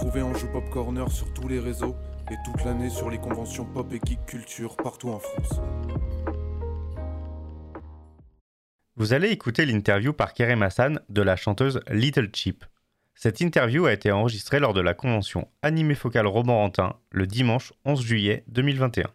retrouver en Joue Pop Corner sur tous les réseaux et toute l'année sur les conventions pop et geek culture partout en France. Vous allez écouter l'interview par Kerem Hassan de la chanteuse Little Cheap. Cette interview a été enregistrée lors de la convention Animé Focal Romorantin le dimanche 11 juillet 2021.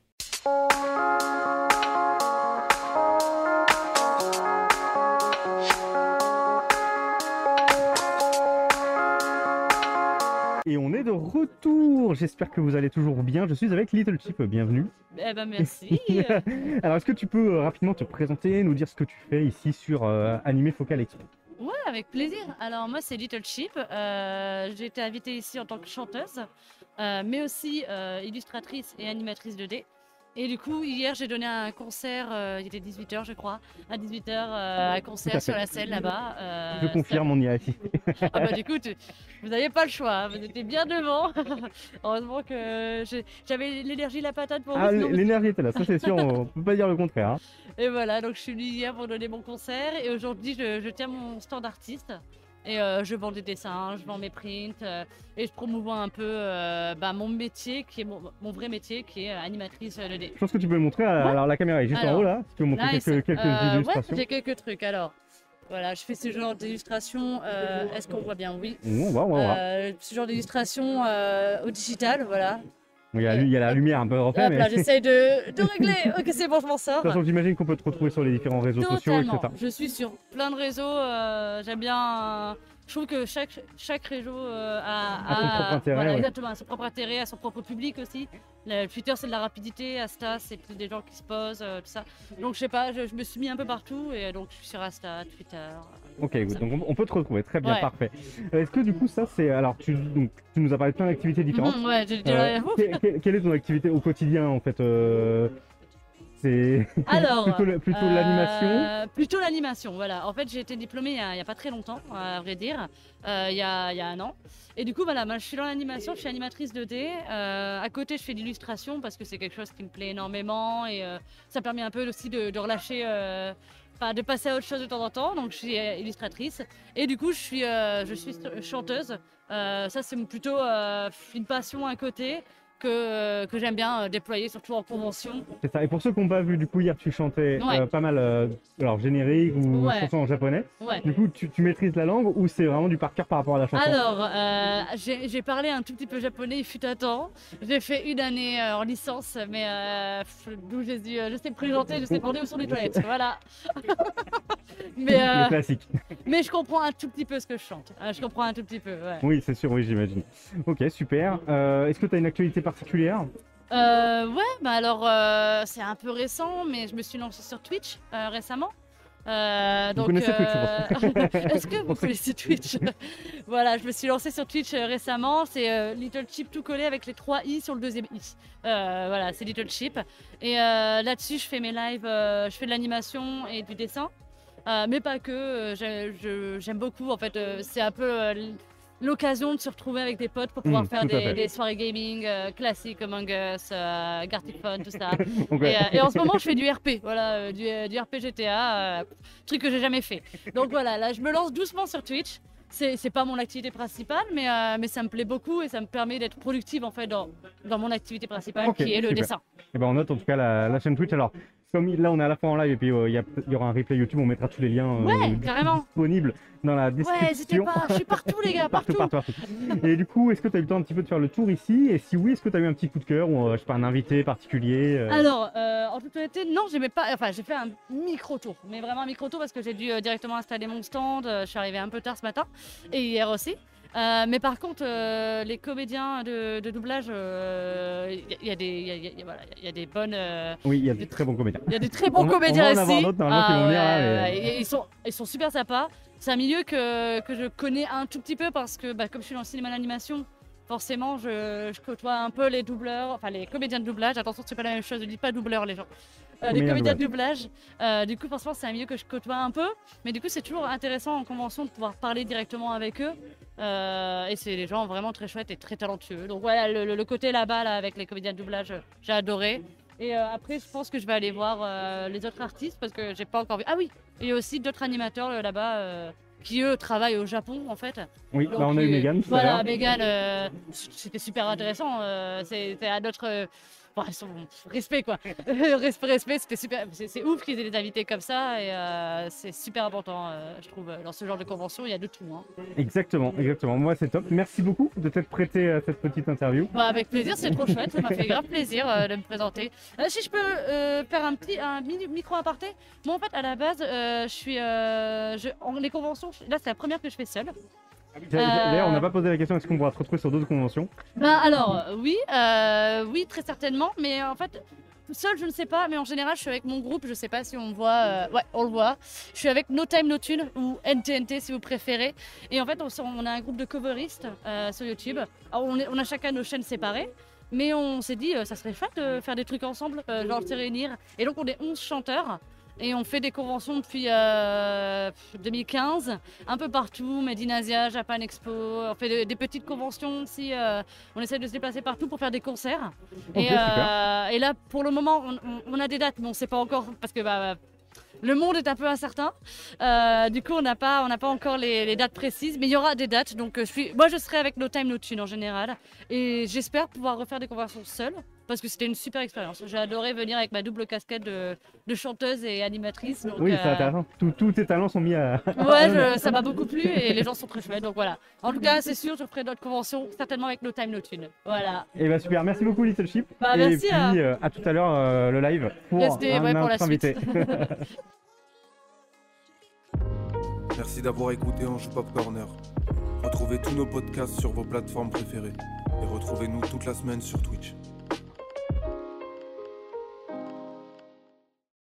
Et on est de retour, j'espère que vous allez toujours bien. Je suis avec Little Cheap, bienvenue. Eh ben merci. Alors est-ce que tu peux rapidement te présenter, nous dire ce que tu fais ici sur Animé Focal Expo? Ouais, avec plaisir. Alors moi c'est Little Cheap. J'ai été invitée ici en tant que chanteuse, mais aussi illustratrice et animatrice 2D. Et du coup, hier, j'ai donné un concert, il était 18h, je crois, à 18h, un concert sur la scène là-bas. Je confirme, on y a assisté. Ah bah du coup, vous n'avez pas le choix, hein, vous étiez bien devant. Heureusement que j'avais l'énergie, la patate pour Ah, vous. sinon- l'énergie était là, ça c'est sûr, on peut pas dire le contraire. Hein. Et voilà, donc je suis venue hier pour donner mon concert et aujourd'hui, je tiens mon stand d'artiste. Et je vends des dessins, je vends mes prints et je promouvois un peu mon métier, qui est mon vrai métier, qui est animatrice 2D. Je pense que tu peux le montrer, alors la caméra est juste en haut là, tu peux montrer Nice. quelques illustrations. Ouais, j'ai quelques trucs. Alors, voilà, je fais ce genre d'illustration. Est-ce qu'on voit bien? Oui. On voit. Ce genre d'illustration au digital, voilà. Il y a la lumière un peu refait, Hop mais... là, j'essaye de régler. Ok, c'est bon, je m'en sors. De toute façon, j'imagine qu'on peut te retrouver sur les différents réseaux sociaux, etc. Je suis sur plein de réseaux. J'aime bien. Je trouve que chaque réseau A son propre intérêt, voilà, ouais. exactement, a son propre intérêt, a son propre public aussi. Le Twitter, c'est de la rapidité. Insta, c'est plus des gens qui se posent, tout ça. Donc, je sais pas, je me suis mis un peu partout et donc je suis sur Insta, Twitter. Ok, donc on peut te retrouver, très bien, Ouais. parfait. Est-ce que du coup, ça c'est... Alors, tu nous as parlé de plein d'activités différentes. Ouais, Quelle est ton activité au quotidien en fait C'est Alors, plutôt l'animation. Plutôt l'animation, voilà. En fait, j'ai été diplômée il y a pas très longtemps, à vrai dire, il y a un an. Et du coup, voilà, moi, je suis dans l'animation, je suis animatrice 2D. À côté, je fais de l'illustration parce que c'est quelque chose qui me plaît énormément et ça permet un peu aussi de relâcher, de passer à autre chose de temps en temps. Donc, je suis illustratrice et du coup, je suis chanteuse. Ça, c'est plutôt une passion à côté. Que j'aime bien déployer, surtout en convention. C'est ça. Et pour ceux qui n'ont pas vu, du coup, hier tu chantais Ouais. pas mal alors générique ou Ouais. chanson en japonais. Ouais. Du coup, tu maîtrises la langue ou c'est vraiment du par cœur par rapport à la chanson? Alors, j'ai parlé un tout petit peu japonais, il fut un temps. J'ai fait une année en licence, mais d'où j'ai dû, je sais présenter, je sais demander où sont les toilettes, voilà. Le classique. Mais je comprends un tout petit peu ce que je chante. Je comprends un tout petit peu, ouais. Oui, c'est sûr, oui, j'imagine. Ok, super. Est-ce que tu as une actualité particulière? C'est un peu récent, mais je me suis lancée sur Twitch récemment. Vous connaissez Twitch, je pense. Est-ce que vous connaissez Twitch? Voilà, je me suis lancée sur Twitch récemment. C'est Little Cheap tout collé avec les 3 i sur le deuxième i. Voilà, c'est Little Cheap. Et là-dessus, je fais mes lives, je fais de l'animation et du dessin. Mais pas que, j'aime beaucoup. En fait, c'est un peu l'occasion de se retrouver avec des potes pour pouvoir faire tout à fait. des soirées gaming classiques, Among Us, Gartic Phone, tout ça. Ok. Et en ce moment, je fais du RP, voilà, du RP GTA, truc que j'ai jamais fait. Donc voilà, là, je me lance doucement sur Twitch. C'est pas mon activité principale, mais ça me plaît beaucoup et ça me permet d'être productive en fait dans mon activité principale, Ok, qui est le super. dessin. Et ben on note en tout cas la chaîne Twitch. Alors, comme là on est à la fois en live et puis il y aura un replay YouTube, on mettra tous les liens Ouais, carrément. disponibles dans la Ouais, n'hésitez description. pas, je suis partout les gars, partout. Partout. Et du coup, est-ce que tu as eu le temps un petit peu de faire le tour ici? Et si oui, est-ce que tu as eu un petit coup de cœur ou je sais pas, un invité particulier Alors, en toute honnêteté, non, j'aimais pas. Enfin, j'ai fait un micro-tour, mais vraiment un micro-tour parce que j'ai dû directement installer mon stand. Je suis arrivée un peu tard ce matin et hier aussi. Mais par contre, les comédiens de doublage, il y a des bonnes. Oui, il y a de très bons comédiens. Il y a des très bons On va comédiens en avoir ici. d'autres, normalement, qui vont venir, là, ouais, ils sont super sympas. C'est un milieu que je connais un tout petit peu parce que, comme je suis dans le cinéma d'animation, forcément, je côtoie un peu les doubleurs, enfin les comédiens de doublage. Attention, c'est pas la même chose, ne dites pas doubleurs les gens. Les comédiens de doublage. Du coup, forcément, c'est un milieu que je côtoie un peu. Mais du coup, c'est toujours intéressant en convention de pouvoir parler directement avec eux. Et c'est des gens vraiment très chouettes et très talentueux. Donc voilà, le côté là-bas, là, avec les comédiens de doublage, j'ai adoré. Et après, je pense que je vais aller voir les autres artistes parce que j'ai pas encore vu. Ah oui, il y a aussi d'autres animateurs là-bas qui eux travaillent au Japon en fait. Oui, Donc, bah, on a eu Megan tout à Voilà, l'heure. Megan, c'était super intéressant. C'était à notre respect quoi. Respect, c'était super. C'est ouf qu'ils aient des invités comme ça et c'est super important, je trouve, dans ce genre de convention. Il y a de tout. Hein. Exactement. Moi, c'est top. Merci beaucoup de t'être prêté à cette petite interview. Bah, avec plaisir, c'est trop chouette. Ça m'a fait grave plaisir de me présenter. Si je peux faire un mini micro aparté. Moi, en fait, à la base, les conventions, là, c'est la première que je fais seule. D'ailleurs, on n'a pas posé la question, est-ce qu'on pourra se retrouver sur d'autres conventions? Bah alors oui, très certainement, mais en fait seul je ne sais pas, mais en général je suis avec mon groupe, je sais pas si on me voit, ouais on le voit. Je suis avec No Time No Tune ou NTNT si vous préférez, et en fait on a un groupe de coveristes sur YouTube. Alors, on a chacun nos chaînes séparées. Mais on s'est dit, ça serait chouette de faire des trucs ensemble, genre se réunir. Et donc on est 11 chanteurs. Et on fait des conventions depuis 2015, un peu partout, Made in Asia, Japan Expo. On fait des petites conventions aussi. On essaie de se déplacer partout pour faire des concerts. Ok, super. Et là, pour le moment, on a des dates, mais on ne sait pas encore parce que le monde est un peu incertain. Du coup, on n'a pas encore les dates précises, mais il y aura des dates. Donc, moi, je serai avec No Time No Tune en général. Et j'espère pouvoir refaire des conventions seule. Parce que c'était une super expérience. J'ai adoré venir avec ma double casquette de chanteuse et animatrice. Donc, Oui, c'est intéressant. Tous tes talents sont mis à... Ouais, ça m'a beaucoup plu et les gens sont très chouettes. Donc voilà. En tout cas, c'est sûr, je ferai d'autres conventions, certainement avec No Time No Tune. Voilà. Et bah super, merci beaucoup Little Sheep. Bah, et merci, puis à tout à l'heure le live pour Restez, un ouais, pour la autre invité. Merci d'avoir écouté Anjou Pop Corner. Retrouvez tous nos podcasts sur vos plateformes préférées et retrouvez-nous toute la semaine sur Twitch.